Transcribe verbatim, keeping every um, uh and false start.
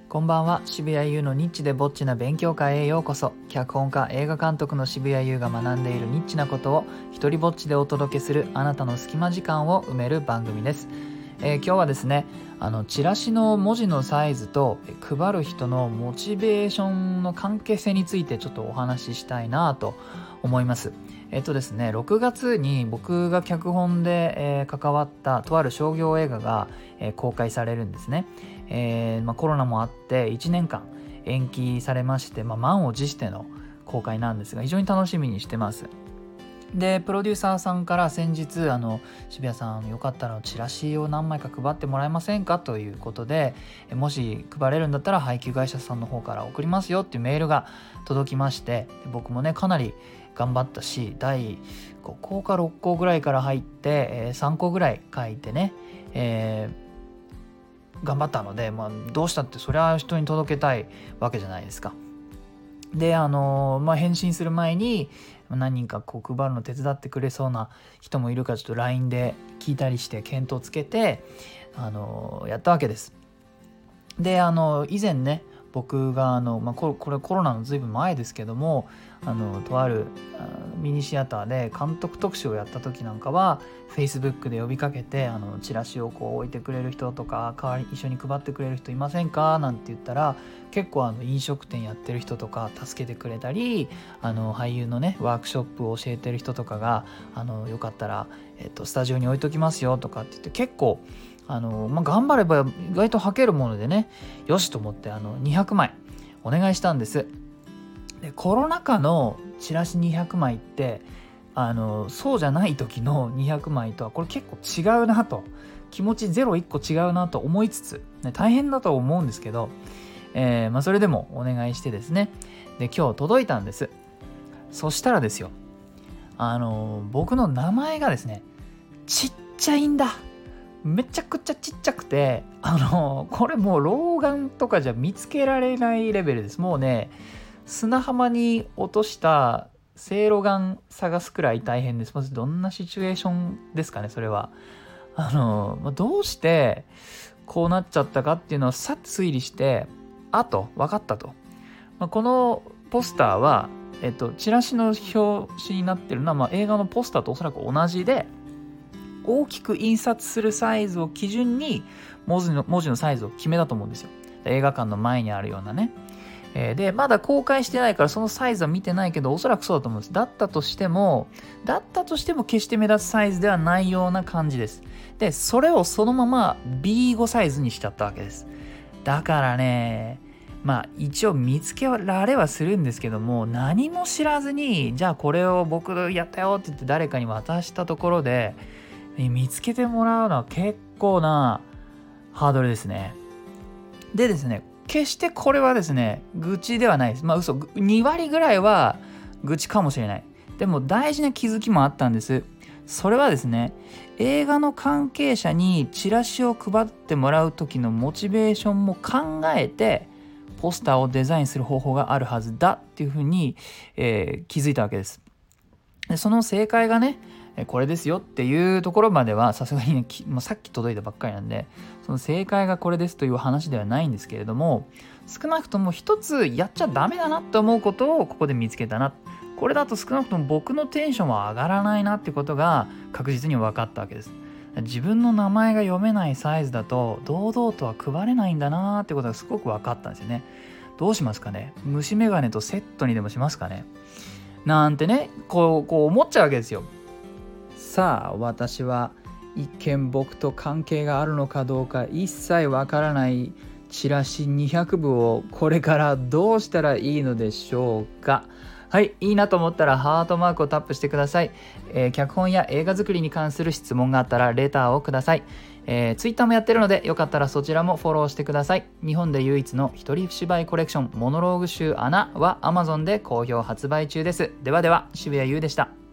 こんばんは。渋谷優のニッチでぼっちな勉強会へようこそ。脚本家、映画監督の渋谷優が学んでいるニッチなことを一人ぼっちでお届けするあなたの隙間時間を埋める番組です。えー、今日はですねあのチラシの文字のサイズと配る人のモチベーションの関係性についてちょっとお話ししたいなと思います。えっとですねろくがつに僕が脚本で、えー、関わったとある商業映画が、えー、公開されるんですね。えーまあ、コロナもあっていちねんかん延期されまして、まあ、満を持しての公開なんですが、非常に楽しみにしてます。でプロデューサーさんから先日あの渋谷さんよかったらチラシを何枚か配ってもらえませんかということで、もし配れるんだったら配給会社さんの方から送りますよっていうメールが届きまして、僕もねかなり頑張ったし、だいごこうかろっこうぐらいから入って、えー、さんこぐらい書いてね、えー、頑張ったので、まあ、どうしたってそれは人に届けたいわけじゃないですか。であの、まあ、返信する前に何人かこう配るの手伝ってくれそうな人もいるかちょっと ライン で聞いたりして見当つけてあのやったわけです。であの以前ね僕があの、まあ、これ、これコロナのずいぶん前ですけども、あのとあるミニシアターで監督特集をやった時なんかは Facebook で呼びかけて、あのチラシをこう置いてくれる人とか代わり一緒に配ってくれる人いませんかなんて言ったら、結構あの飲食店やってる人とか助けてくれたり、あの俳優のねワークショップを教えてる人とかがあのよかったら、えっと、スタジオに置いときますよとかって言って、結構あの、まあ、頑張れば意外と履けるものでね、よしと思ってあのにひゃくまいお願いしたんです。でコロナ禍のチラシにひゃくまいってあのそうじゃない時のにひゃくまいとはこれ結構違うなと、気持ちゼロいっこ違うなと思いつつ、ね、大変だと思うんですけど、えーまあ、それでもお願いしてですね、で今日届いたんです。そしたらですよ、あの僕の名前がですねちっちゃいんだ。めちゃくちゃちっちゃくて、あのこれもう老眼とかじゃ見つけられないレベルです。もうね砂浜に落としたせいろがん探すくらい大変です。まずどんなシチュエーションですかね、それは。あのどうしてこうなっちゃったかっていうのをさっと推理して、あと分かったと、まあ、このポスターは、えっと、チラシの表紙になってるのは、まあ、映画のポスターとおそらく同じで、大きく印刷するサイズを基準に文字の、文字のサイズを決めたと思うんですよ。映画館の前にあるようなね。えー、でまだ公開してないからそのサイズは見てないけど、おそらくそうだと思うんです。だったとしてもだったとしても決して目立つサイズではないような感じです。でそれをそのまま ビーご サイズにしちゃったわけです。だからね、まあ一応見つけられはするんですけども、何も知らずにじゃあこれを僕やったよって言って誰かに渡したところで見つけてもらうのは結構なハードルですね。でですね、決してこれはですね愚痴ではないです。まあ嘘、にわりぐらいは愚痴かもしれない。でも大事な気づきもあったんです。それはですね、映画の関係者にチラシを配ってもらう時のモチベーションも考えてポスターをデザインする方法があるはずだっていうふうに、えー、気づいたわけです。でその正解がねこれですよっていうところまではさすがにね、もうさっき届いたばっかりなんで、その正解がこれですという話ではないんですけれども、少なくとも一つやっちゃダメだなって思うことをここで見つけたな。これだと少なくとも僕のテンションは上がらないなってことが確実に分かったわけです。自分の名前が読めないサイズだと堂々とは配れないんだなってことがすごく分かったんですよね。どうしますかね、虫眼鏡とセットにでもしますかねなんてね、こう、こう思っちゃうわけですよ。さあ私は一見僕と関係があるのかどうか一切わからないチラシにひゃくぶをこれからどうしたらいいのでしょうか。はい、いいなと思ったらハートマークをタップしてください。えー、脚本や映画作りに関する質問があったらレターをください。えー、ツイッターもやってるのでよかったらそちらもフォローしてください。日本で唯一の一人芝居コレクションモノローグ集アナは Amazon で好評発売中です。ではでは、渋谷優でした。